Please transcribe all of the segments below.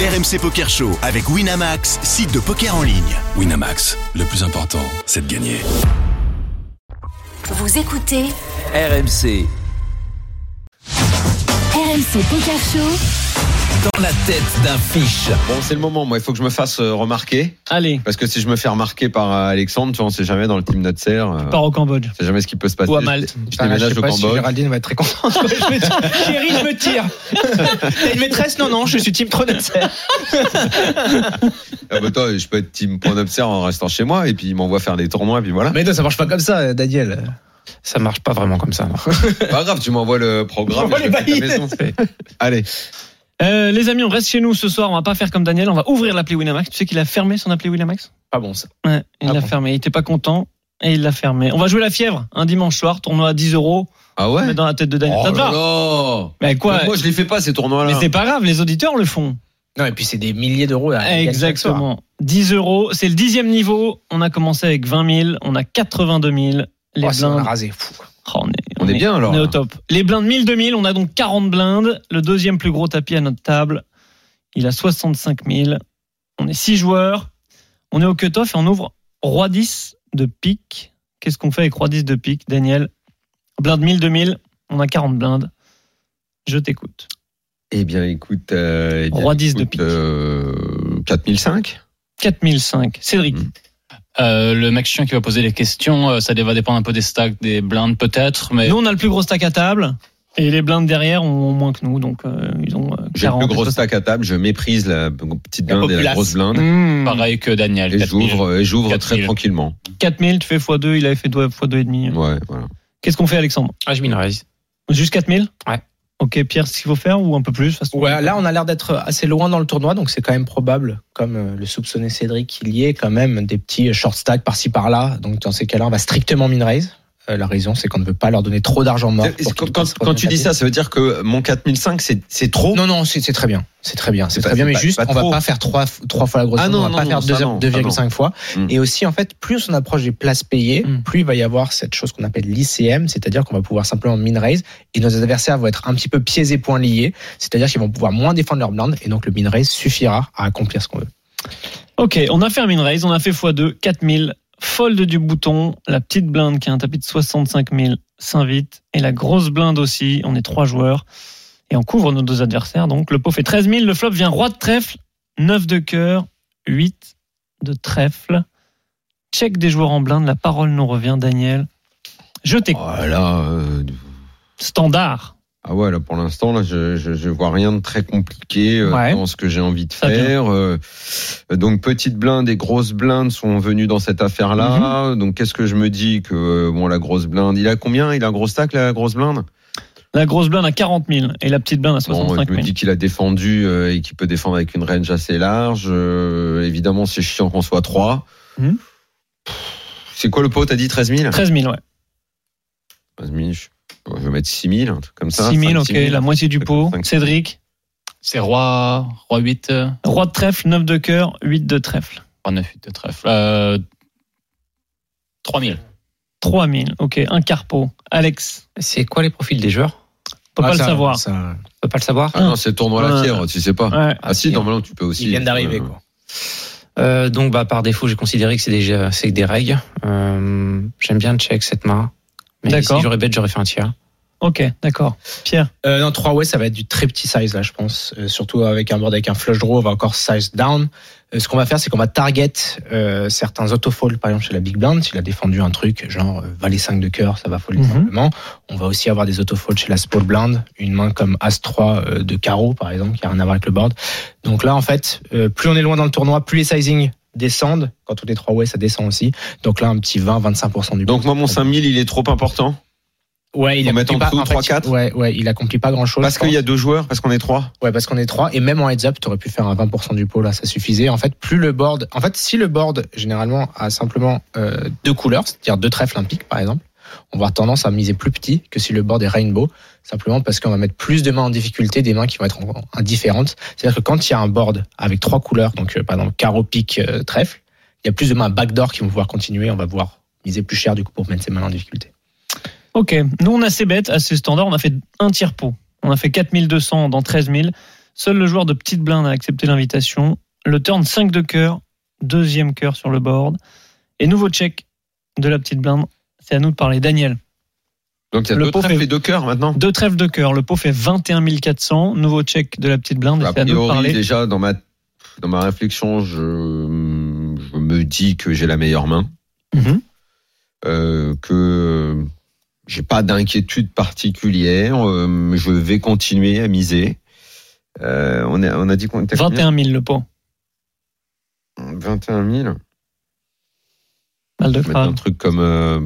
RMC Poker Show avec Winamax, site de poker en ligne. Winamax, le plus important, c'est de gagner. Vous écoutez RMC. RMC Poker Show. Dans la tête d'un fiche. Bon, c'est le moment. Moi, il faut que je me fasse remarquer. Allez. Parce que si je me fais remarquer par Alexandre, tu vois, on sait jamais dans le team Nutser. Pars au Cambodge. On sait jamais ce qui peut se passer. Ou à Malte. Je déménage au Cambodge. Si Géraldine va être très contente. Chérie, je me tire. T'as une maîtresse? Non, je suis team Pro Nutser. Ah bah toi, je peux être team Pro Nutser en restant chez moi et puis il m'envoie faire des tournois et puis voilà. Mais non, ça marche pas comme ça, Daniel. Ça marche pas vraiment comme ça. Pas grave, tu m'envoies le programme. Je m'envoie les maison. Allez. Les amis, on reste chez nous ce soir. On va pas faire comme Daniel. On va ouvrir l'appli Winamax. Tu sais qu'il a fermé son appli Winamax? Pas bon ça. Ouais, il l'a fermé. Il était pas content et il l'a fermé. On va jouer la fièvre un dimanche soir. Tournoi à 10 €. Ah ouais? Mais dans la tête de Daniel. Ça te va? Mais quoi? Moi, je les fais pas ces tournois-là. Mais c'est pas grave. Les auditeurs le font. Non, et puis c'est des milliers d'euros. Exactement. 10 €. C'est le 10e niveau. On a commencé avec 20 000. On a 82 000. Les On a blindes. rasé. Fou. On est bien alors. On est au top. Les blindes 1000, 2000. On a donc 40 blindes. Le deuxième plus gros tapis à notre table. Il a 65 000. On est 6 joueurs. On est au cut-off et on ouvre Roi 10 de pique. Qu'est-ce qu'on fait avec Roi 10 de pique, Daniel? Blinde 1000, 2000. On a 40 blindes. Je t'écoute. Eh bien, écoute. Roi 10 de pique. 4005. 4005. Cédric. Le mec chien qui va poser les questions, ça va dépendre un peu des stacks, des blindes peut-être. Mais Nous, on a le plus gros stack à table. Et les blindes derrière ont moins que nous. Donc, ils ont 40. J'ai le plus gros stack à table. Je méprise la petite blinde et la grosse blinde. pareil que Daniel. Et j'ouvre 4 très 000. tranquillement. 4000, tu fais x2. Il avait fait x2,5. Ouais, voilà. Qu'est-ce qu'on fait, Alexandre? Je mineraise. Juste 4000? Ouais. Ok, Pierre, ce qu'il faut faire ou un peu plus? Ouais, là on a l'air d'être assez loin dans le tournoi, donc c'est quand même probable, comme le soupçonnait Cédric, qu'il y ait quand même des petits short stacks par-ci par-là. Donc dans ces cas-là, on va strictement min raise. La raison, c'est qu'on ne veut pas leur donner trop d'argent mort. Quand tu dis ça, ça veut dire que mon 4005, c'est trop? Non, c'est très bien. C'est très bien. Mais juste, on va pas faire trois fois la grosse somme. On va pas faire 2,5 fois. Et aussi, en fait, plus on approche des places payées, plus il va y avoir cette chose qu'on appelle l'ICM, c'est-à-dire qu'on va pouvoir simplement min raise et nos adversaires vont être un petit peu pieds et poings liés, c'est-à-dire qu'ils vont pouvoir moins défendre leur blind et donc le min raise suffira à accomplir ce qu'on veut. Ok, on a fait un min raise, on a fait x2, 4000. Fold du bouton, la petite blinde qui a un tapis de 65 000 s'invite et la grosse blinde aussi, on est 3 joueurs et on couvre nos deux adversaires. Donc le pot fait 13 000, le flop vient roi de trèfle, 9 de cœur, 8 de trèfle. Check des joueurs en blinde, la parole nous revient, Daniel. Je t'écoute. Voilà. Standard. Ah ouais, là pour l'instant, là je vois rien de très compliqué dans ce que j'ai envie de faire. Donc petite blinde et grosse blinde sont venus dans cette affaire-là. Donc qu'est-ce que je me dis que la grosse blinde, il a combien? Il a un gros stack la grosse blinde? La grosse blinde à 40 000 et la petite blinde à 65 000. Je me dis qu'il a défendu et qu'il peut défendre avec une range assez large. Évidemment, c'est chiant qu'on soit 3. C'est quoi le pot? T'as dit 13 000? 13 000, ouais. 13 000, je vais mettre 6 000, un truc comme ça. 6 000, ok, la moitié du pot. Cédric? C'est roi 8. Roi de trèfle, 9 de cœur, 8 de trèfle. Roi 9, 8 de trèfle. 3 000. 3 000, ok, un quart pot. Alex? C'est quoi les profils des joueurs? On peut pas le savoir. On peut pas le savoir? Ah non, c'est tournoi à la fièvre, tu sais pas. Ouais. Ah si, normalement tu peux aussi. Ils viennent d'arriver, quoi. Donc par défaut, j'ai considéré que c'est des règles. J'aime bien check cette main. Mais d'accord. Si j'aurais bet, j'aurais fait un tiers. Ok, d'accord. Pierre? Non, 3 way, ça va être du très petit size là, je pense. Surtout avec un board avec un flush draw, on va encore size down. Ce qu'on va faire, c'est qu'on va target certains autofolds, par exemple chez la big blind. S'il a défendu un truc genre valet 5 de cœur, ça va foller simplement. On va aussi avoir des autofolds chez la small blind, une main comme as 3 de carreau par exemple, qui a rien à voir avec le board. Donc là, en fait, plus on est loin dans le tournoi, plus les sizing descendent. Quand on est 3 way, ça descend aussi. Donc là, un petit 20-25% du. Donc moi, mon 5000, il est trop important. Ouais, il accomplit pas. 3-4. Ouais, il accomplit pas grand chose. Parce qu'il y a 2 joueurs, parce qu'on est 3. Ouais, parce qu'on est 3. Et même en heads up, t'aurais pu faire un 20% du pot, là, ça suffisait. En fait, si le board, généralement, a simplement 2 couleurs, c'est-à-dire 2 trèfles un pique, par exemple, on va avoir tendance à miser plus petit que si le board est rainbow, simplement parce qu'on va mettre plus de mains en difficulté, des mains qui vont être indifférentes. C'est-à-dire que quand il y a un board avec 3 couleurs, donc, par exemple, carreau, pique, trèfle, il y a plus de mains backdoor qui vont pouvoir continuer, on va pouvoir miser plus cher, du coup, pour mettre ces mains en difficulté. Ok, nous on a assez bête, assez standard, on a fait un tiers pot. On a fait 4200 dans 13 000. Seul le joueur de petite blinde a accepté l'invitation. Le turn 5 de cœur, deuxième cœur sur le board. Et nouveau check de la petite blinde. C'est à nous de parler. Daniel. Donc il y a 2 trèfles et 2 cœurs maintenant. 2 trèfles de cœur. Le pot fait 21 400. Nouveau check de la petite blinde. A priori, déjà, dans ma réflexion, je me dis que j'ai la meilleure main. Que j'ai pas d'inquiétude particulière. Je vais continuer à miser. On a dit qu'on était 21 000 le pot. 21 000. Mal de crâne. Un truc comme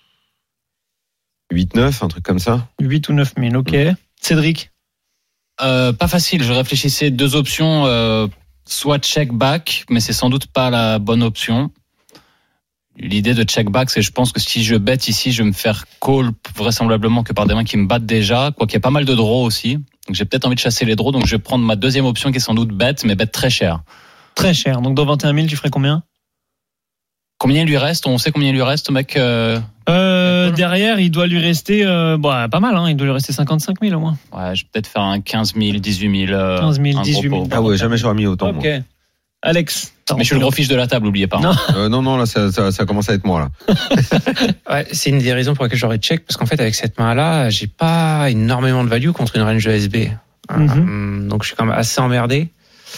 8-9, un truc comme ça. 8 ou 9 000, ok. Cédric. Pas facile. Je réfléchissais 2 options. Soit check back, mais c'est sans doute pas la bonne option. L'idée de check back, c'est je pense que si je bet ici, je vais me faire call vraisemblablement que par des mains qui me battent déjà. Quoi qu'il y a pas mal de draws aussi. Donc j'ai peut-être envie de chasser les draws. Donc je vais prendre ma deuxième option qui est sans doute bet, mais bet très cher. Très cher. Donc dans 21 000, tu ferais combien ? Combien il lui reste ? On sait combien il lui reste, mec derrière, il doit lui rester pas mal. Il doit lui rester 55 000 au moins. Ouais, je vais peut-être faire un 15 000, 18 000. 15 000, 18 000. Ah ouais, jamais j'aurais mis autant. Ok. Moi. Alex. Mais je suis le gros fiche de la table, oubliez pas. Non, là, ça commence à être moi, là. Ouais, c'est une des raisons pour lesquelles j'aurais check, parce qu'en fait, avec cette main-là, j'ai pas énormément de value contre une range ESB. Donc, je suis quand même assez emmerdé.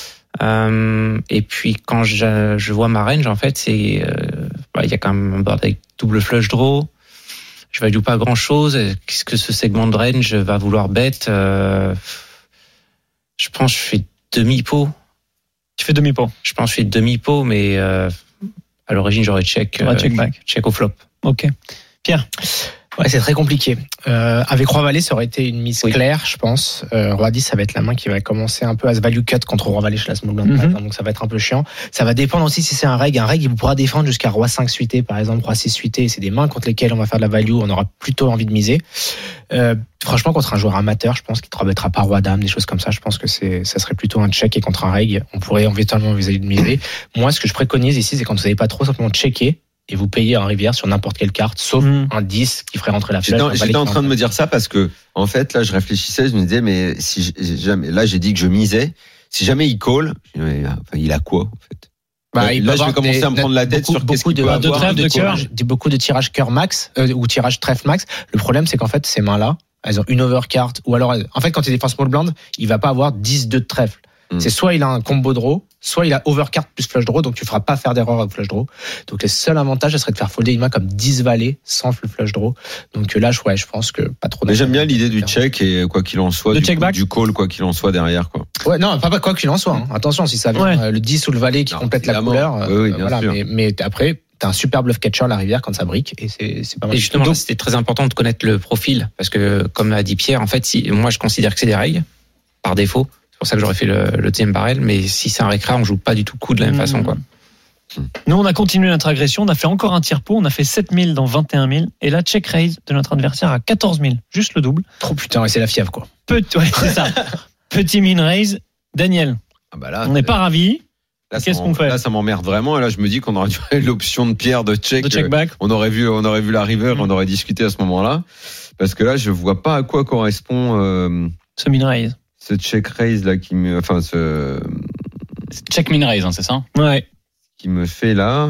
Et puis, quand je vois ma range, en fait, il y a quand même un board avec double flush draw. Je value pas grand-chose. Qu'est-ce que ce segment de range va vouloir bet? Je pense que je fais demi-pot. Tu fais demi-pot. Je pense que je fais demi-pot, mais à l'origine, j'aurais check back. Check au flop. Ok. Pierre. Ouais, c'est très compliqué. Avec Roi-Valet, ça aurait été une mise claire, je pense. Roi-10, ça va être la main qui va commencer un peu à se value cut contre Roi-Valet chez la small blind, par exemple. Donc ça va être un peu chiant. Ça va dépendre aussi si c'est un reg. Un reg, il pourra défendre jusqu'à Roi-5 suité, par exemple, Roi-6 suité. C'est des mains contre lesquelles on va faire de la value. On aura plutôt envie de miser. Franchement, contre un joueur amateur, je pense qu'il ne te remettra pas Roi-Dame, des choses comme ça. Je pense que ça serait plutôt un check, et contre un reg, on pourrait éventuellement envisager de miser. Moi, ce que je préconise ici, c'est quand vous savez pas trop, simplement checker. Et vous payez en rivière sur n'importe quelle carte, sauf un 10 qui ferait rentrer la flèche. J'étais en train de me dire ça parce que, en fait, là, je réfléchissais, je me disais, mais si jamais, là, j'ai dit que je misais. Si jamais il call, il a quoi, en fait? Là, je vais commencer à me prendre la tête sur qu'est-ce qu'il peut avoir. Beaucoup de tirages cœur max, ou tirage trèfle max. Le problème, c'est qu'en fait, ces mains-là, elles ont une overcard, ou alors, en fait, quand il défend small blind, il va pas avoir 10-2 de trèfle. C'est soit il a un combo draw, soit il a overcard plus flush draw, donc tu feras pas faire d'erreur au flush draw. Donc les seuls avantages, ce serait de faire folder une main comme 10 valets sans le flush draw. Donc là, je pense que pas trop. Mais j'aime bien l'idée du check et quoi qu'il en soit, du call, quoi qu'il en soit derrière, quoi. Ouais, non, pas quoi qu'il en soit. Attention, si ça vient le 10 ou le valet qui complète la couleur. Oui, bien sûr. Mais après, t'as un super bluff catcher à la rivière quand ça brique et c'est pas mal. Et justement, là, c'était très important de connaître le profil parce que, comme l'a dit Pierre, en fait, moi, je considère que c'est des règles par défaut. C'est pour ça que j'aurais fait le deuxième barrel, mais si c'est un récra, on joue pas du tout coup de la même façon, quoi. Nous, on a continué notre agression, on a fait encore un tir pot, on a fait 7 000 dans 21 000, et là, check raise de notre adversaire à 14 000, juste le double. Trop putain, et c'est la fièvre, quoi. C'est ça. Petit min raise. Daniel, on n'est pas ravis. Qu'est-ce qu'on fait? Là, ça m'emmerde vraiment, et là, je me dis qu'on aurait dû l'option de Pierre de check back. On aurait vu la river, on aurait discuté à ce moment-là, parce que là, je vois pas à quoi correspond ce min raise. Ce check raise là check min raise, c'est ça? Ouais. Qui me fait là,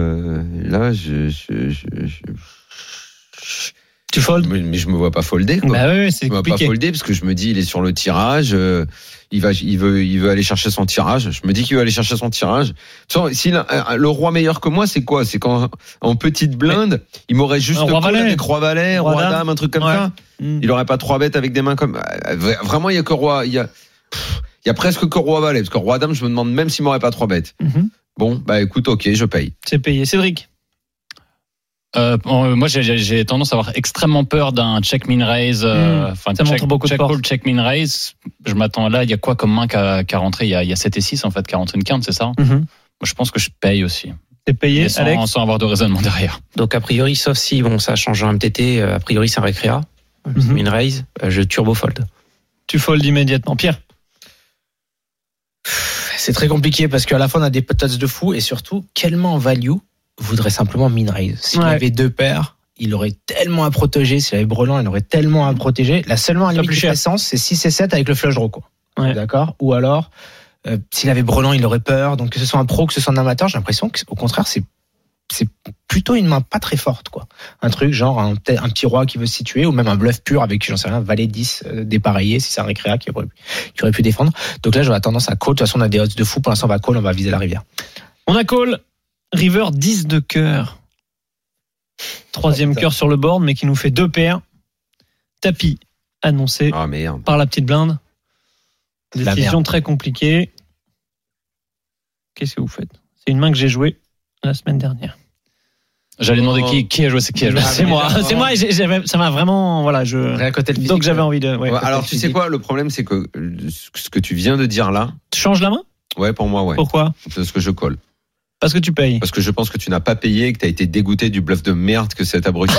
tu fold? Mais je me vois pas folder, quoi. Bah oui, c'est compliqué. Je me vois pas folder parce que je me dis, il est sur le tirage, il veut aller chercher son tirage. Je me dis qu'il veut aller chercher son tirage. Si le roi meilleur que moi, c'est quoi? C'est quand, en petite blinde, il m'aurait juste call avec roi valet, roi dame, un truc comme ça. Il aurait pas 3 bêtes avec des mains comme, vraiment, il y a que roi, il y a presque que roi valet, parce que roi dame, je me demande même s'il m'aurait pas 3 bêtes. Bon, bah écoute, ok, je paye. C'est payé. Cédric? Moi, j'ai tendance à avoir extrêmement peur d'un check min raise. Ça montre beaucoup de force. Check min raise. Je m'attends là. Il y a quoi comme main qui a rentré? Il y a 7 et 6 en fait, qui a rentré une quinte, c'est ça? Moi, je pense que je paye aussi. C'est payé, Alex? Sans avoir de raisonnement derrière. Donc a priori, sauf si ça change un MTT, a priori c'est un récréa. Min raise, je turbo fold. Tu fold immédiatement. Pierre? C'est très compliqué parce qu'à la fois on a des potats de fou et surtout, quelle main en value voudrait simplement min raise? S'il avait 2 paires, il aurait tellement à protéger. S'il avait brelan, il aurait tellement à protéger. La seule main à limite qui fait sens, c'est 6 et 7 avec le flush draw, quoi. Ouais. D'accord. Ou alors, s'il avait brelan, il aurait peur. Donc que ce soit un pro, que ce soit un amateur, j'ai l'impression qu'au contraire, c'est plutôt une main pas très forte, quoi. Un truc genre un petit roi qui veut se situer, ou même un bluff pur avec, j'en sais rien, valet 10 dépareillé, si c'est un récréa qui aurait pu défendre. Donc là, j'aurais tendance à call. De toute façon, on a des odds de fou. Pour l'instant, on va call, on va viser la rivière. On a call river 10 de cœur. Troisième cœur sur le board, mais qui nous fait 2 paires. Tapis annoncé par la petite blinde. Décision très compliquée. Qu'est-ce que vous faites? C'est une main que j'ai jouée la semaine dernière. J'allais demander qui a joué, c'est qui a joué. C'est moi, ça m'a vraiment, voilà, donc j'avais envie de, alors tu sais quoi, le problème c'est que ce que tu viens de dire là. Tu changes la main? Ouais, pour moi, ouais. Pourquoi? Parce que je colle. Parce que tu payes. Parce que je pense que tu n'as pas payé et que tu as été dégoûté du bluff de merde que cet abruti.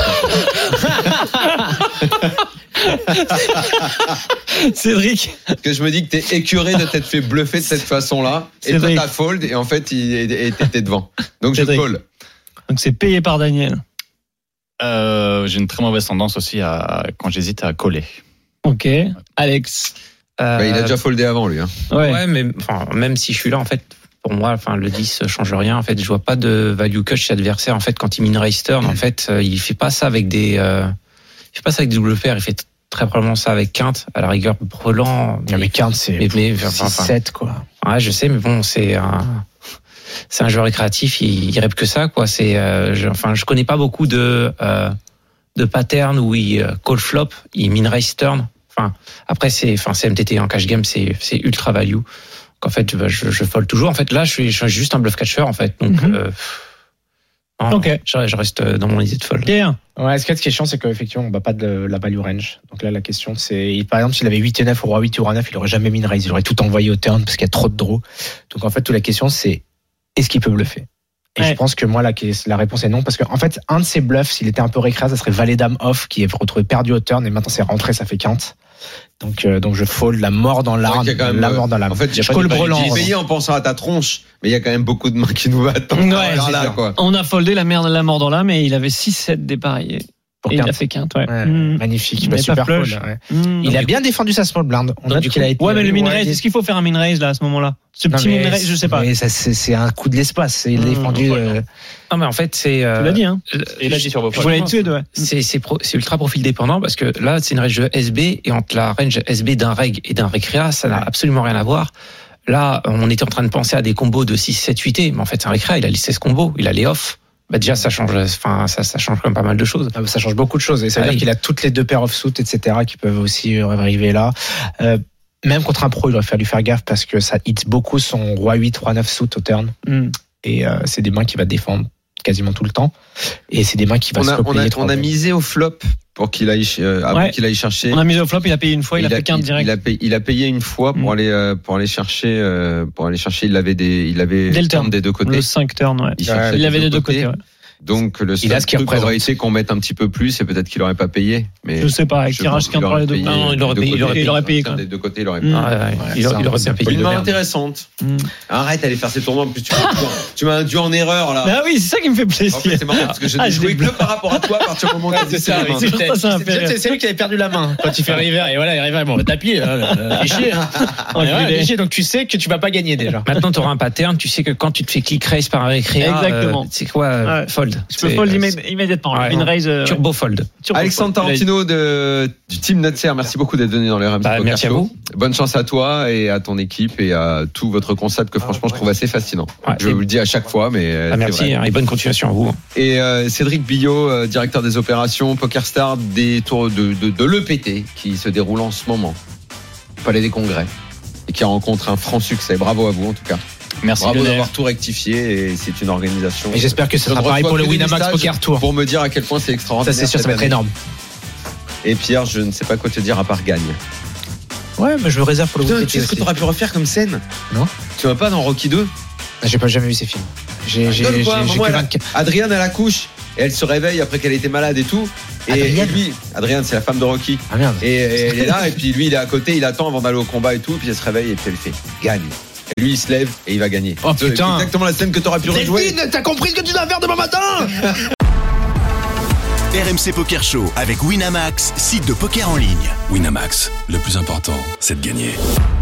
Cédric. Parce que je me dis que t'es écuré de t'être fait bluffer de cette façon-là. Et toi t'as fold et en fait t'étais devant. Donc je call. Donc c'est payé par Daniel. J'ai une très mauvaise tendance aussi quand j'hésite à coller. Ok. Alex. Il a déjà foldé avant lui. Hein. Ouais, mais même si je suis là, en fait, pour moi, le 10 change rien. En fait, je vois pas de value cut chez l'adversaire. En fait, quand il mine raise turn, en fait, il fait pas ça avec il fait pas ça avec des double paires. Il fait très probablement ça avec quinte. À la rigueur, brelan. Mais quinte, c'est 6-7, quoi. Ouais, je sais, mais bon, c'est un joueur récréatif. Il rêve que ça, quoi. Je connais pas beaucoup de patterns où il call flop, il mine raise turn. Après, c'est MTT en cash game, c'est ultra value. Donc, en fait, je fold toujours. En fait, là, je suis juste un bluff catcher, en fait. Donc, ok. Je reste dans mon idée de fold. Bien. Ouais, ce qui est chiant, c'est qu'effectivement, on bat pas de la value range. Donc là, la question, c'est, par exemple, s'il avait 8 et 9 ou roi 8 ou roi 9, il aurait jamais mis une raise. Il aurait tout envoyé au turn parce qu'il y a trop de draws. Donc, en fait, toute la question, c'est, est-ce qu'il peut bluffer? Et je pense que moi, la réponse est non, parce que, en fait, un de ses bluffs, s'il était un peu récréa, ça serait valet dame off, qui est retrouvé perdu au turn, et maintenant c'est rentré, ça fait quinte. Donc je fold la mort dans l'arme, la mort dans l'âme. En fait, je colle brelan. J'ai payé en pensant à ta tronche, mais il y a quand même beaucoup de mains qui nous battent. Quoi. On a foldé la mort dans l'âme et il avait 6-7 dépareillés. Et il a fait quinte, magnifique, super fold. Il a bien défendu sa small blind. On a dit qu'il a été. Ouais, mais le min raise, est-ce qu'il faut faire un min raise là à ce moment-là? Ce petit min raise, je sais pas. Mais c'est un coup de l'espace. Il a défendu. Non, mais en fait, c'est. Tu l'as dit, hein. Il a dit sur vos Je voulais tuer, ouais. C'est ultra profil dépendant parce que là, c'est une range SB et entre la range SB d'un reg et d'un récréa, ça n'a absolument rien à voir. Là, on était en train de penser à des combos de 6, 7, 8 mais en fait, c'est un récréa, il a les 16 combos, il a les off. Déjà, ça change quand même pas mal de choses. Ça change beaucoup de choses. Et ça veut dire qu'il a toutes les deux paires offsuit, etc., qui peuvent aussi arriver là. Même contre un pro, il aurait fallu faire gaffe parce que ça hit beaucoup son roi 8, roi 9 suit au turn. Et c'est des mains qu'il va défendre quasiment tout le temps. Et c'est des mains qui va se replier. On a misé au flop pour qu'il aille, qu'il aille chercher. On a misé au flop, il a payé une fois, il a fait quinte direct. Il a payé une fois pour aller chercher, il avait des turn des deux côtés. Le 5 turn, ouais. Il avait des deux côtés, ouais. Donc le seul truc aurait été qu'on mette un petit peu plus et peut-être qu'il aurait pas payé. Mais je sais pas, avec tirage qu'un pour les deux. Non, il aurait payé quand même. Des deux côtés, il aurait payé. Il aurait bien payé. Une main intéressante. Arrête d'aller faire ces tournois. En plus, tu m'as induit en erreur là. Ah oui, c'est ça qui me fait plaisir. En fait, c'est marrant parce que je n'ai joué que par rapport à toi à partir du moment où tu as dit ça. C'est lui qui avait perdu la main quand il fait river. Et voilà, il river. Bon, tapis. Chier. Donc tu sais que tu vas pas gagner déjà. Maintenant, tu auras un pattern. Tu sais que quand tu te fais click raise par un récréa, exactement. C'est quoi fold? Je peux fold immédiatement. Min raise. Turbo fold. Alexandre Tarantino du team Nutser, merci beaucoup d'être venu dans les RMC Poker merci Show. À vous. Bonne chance à toi et à ton équipe et à tout votre concept que franchement je trouve assez fascinant. Je vous le dis à chaque fois, mais merci et bonne continuation à vous. Et Cédric Billot, directeur des opérations PokerStars des tours de l'EPT qui se déroule en ce moment au Palais des Congrès et qui rencontre un franc succès. Bravo à vous en tout cas. Merci. Bravo d'avoir tout rectifié et c'est une organisation. Et j'espère que ce sera pareil pour le Winamax Poker Tour. Pour me dire à quel point c'est extraordinaire. Ça c'est sûr, ça va être énorme. Et Pierre, je ne sais pas quoi te dire à part gagne. Ouais, mais je le réserve pour le week-end. Tu sais ce que tu aurais pu refaire comme scène? Non. Tu vas pas dans Rocky 2? J'ai jamais vu ces films. Adrienne à la couche et elle se réveille après qu'elle était malade et tout. Et lui, Adrienne, c'est la femme de Rocky. Ah merde. Et elle est là et puis lui il est à côté, il attend avant d'aller au combat et tout. Et puis elle se réveille et puis elle fait gagne. Et lui il se lève et il va gagner. Oh putain. C'est exactement la scène que t'aurais pu rejouer. T'as compris ce que tu dois faire demain matin? RMC Poker Show avec Winamax, site de poker en ligne. Winamax, le plus important, c'est de gagner.